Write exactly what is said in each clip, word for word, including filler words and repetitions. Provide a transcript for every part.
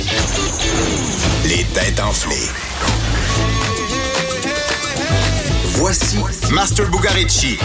Les têtes enflées. Voici Master Bugarici.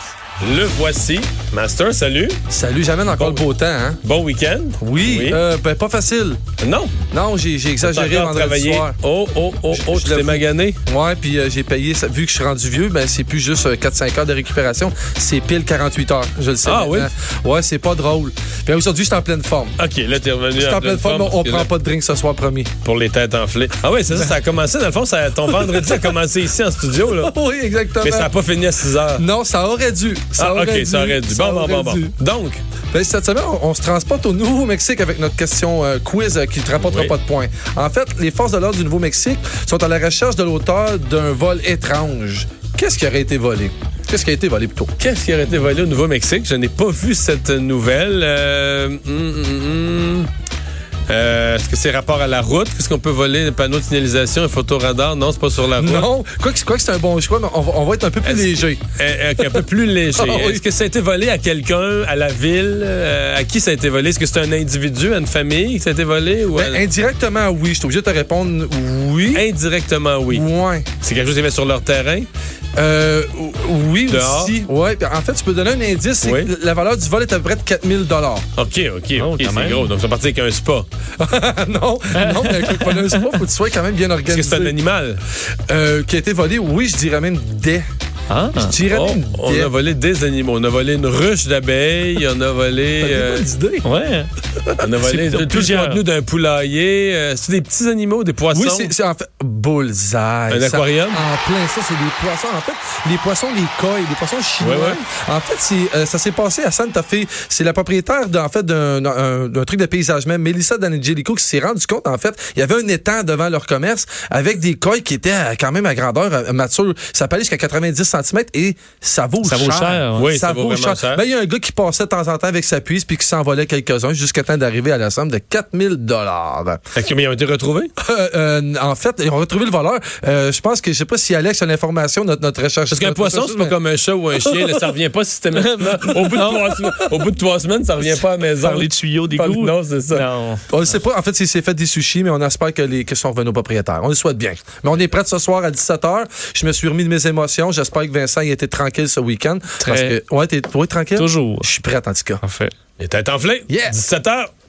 Le voici. Master, salut. Salut, j'amène encore bon, le beau temps, hein? Bon week-end. Oui, oui. Euh, ben pas facile. Non. Non, j'ai, j'ai exagéré vendredi travaillé. soir. Oh, oh, oh, oh, je, tu t'es magané? Ouais, puis euh, j'ai payé, vu que je suis rendu vieux, ben c'est plus juste euh, quatre cinq heures de récupération, c'est pile quarante-huit heures, je le sais. Ah maintenant. Oui? Ouais, c'est pas drôle. Puis aujourd'hui, je suis en pleine forme. OK, là, t'es revenu Je suis en, en pleine forme, forme on prend là, pas de drink ce soir, promis. Pour les têtes enflées. Ah oui, c'est ça, ça a commencé, dans le fond, ça, ton vendredi a commencé ici en studio, là. Oui, exactement. Mais ça n'a pas fini à six heures. Non, ça aurait dû. Ça ah, aurait OK, dû. ça aurait dû. Bon, bon, bon, bon. Donc... Ben, cette semaine, on, on se transporte au Nouveau-Mexique avec notre question euh, quiz euh, qui ne te rapportera oui. pas de points. En fait, les forces de l'ordre du Nouveau-Mexique sont à la recherche de l'auteur d'un vol étrange. Qu'est-ce qui aurait été volé? Qu'est-ce qui a été volé plutôt? Qu'est-ce qui aurait été volé au Nouveau-Mexique? Je n'ai pas vu cette nouvelle. Euh... Mm, mm, mm. Euh, est-ce que c'est rapport à la route? Qu'est-ce qu'on peut voler? Un panneau de signalisation, un photoradar? Non, c'est pas sur la route. Non. Quoi que, quoi que c'est un bon choix, mais on va, on va être un peu plus est-ce léger. Que, euh, un peu plus léger. Oh, oui. Est-ce que ça a été volé à quelqu'un, à la ville? Euh, à qui ça a été volé? Est-ce que c'est un individu, à une famille qui ça a été volé? Ou ben, à... Indirectement, oui. Je suis obligé de te répondre oui. Indirectement, oui. Ouais. C'est quelque chose qui avait sur leur terrain? Euh, oui, dehors. Aussi. Ouais. En fait, tu peux donner un indice. C'est oui. que la valeur du vol est à peu près de quatre mille dollars. OK, OK, OK. Oh, c'est même. Gros. Donc, ça partit avec un spa. non, non, mais écoute, pas un spa, faut que tu sois quand même bien organisé. Est-ce que c'est un animal? Euh, qui a été volé, oui, je dirais même des. Ah, je dirais oh, même on des. a volé des animaux. On a volé une ruche d'abeilles. On a volé. T'as euh... des bonnes idées. Ouais. On a volé tout le contenu d'un poulailler. Euh, c'est des petits animaux, des poissons. Oui, c'est, c'est en fait bullseye. Un ça, aquarium. En plein ça, c'est des poissons. En fait, les poissons, les koi, les poissons chinois. Ouais, ouais. En fait, c'est, euh, ça s'est passé à Santa Fe. C'est la propriétaire d'un, en fait, d'un, d'un, d'un truc de paysagement, Melissa D'Angelico, qui s'est rendu compte, en fait, il y avait un étang devant leur commerce avec des koi qui étaient à, quand même à grandeur euh, mature. Ça peut aller jusqu'à quatre-vingt-dix centimètres et ça vaut ça cher. Vaut cher. Oui, ça, ça vaut, vaut cher. cher. Ben, il y a un gars qui passait de temps en temps avec sa puce puis qui s'envolait quelques-uns jusqu'à temps d'arriver à la somme de quatre mille dollars. Est-ce qu'ils ont été retrouvés? Euh, euh, en fait, ils ont retrouvé le voleur. Euh, je pense que, je sais pas si Alex a l'information, notre, notre recherche. Parce qu'un poisson, c'est pas mais... comme un chat ou un chien, là, ça revient pas systématiquement. Au bout de trois semaines, au bout de trois semaines, ça revient pas à la maison. Par les tuyaux d'égout. Non, c'est ça. Non. On ne sait pas. En fait, il s'est fait des sushis, mais on espère que les questions reviennent aux propriétaires. On le souhaite bien. Mais on est prêts ce soir à dix-sept heures. Je me suis remis de mes émotions. J'espère que Vincent a été tranquille ce week-end. Très... Parce que, ouais, t'es oui, tranquille? Toujours. Je suis prêt, en tout cas. En fait. Les têtes enflées. Yes. dix-sept heures.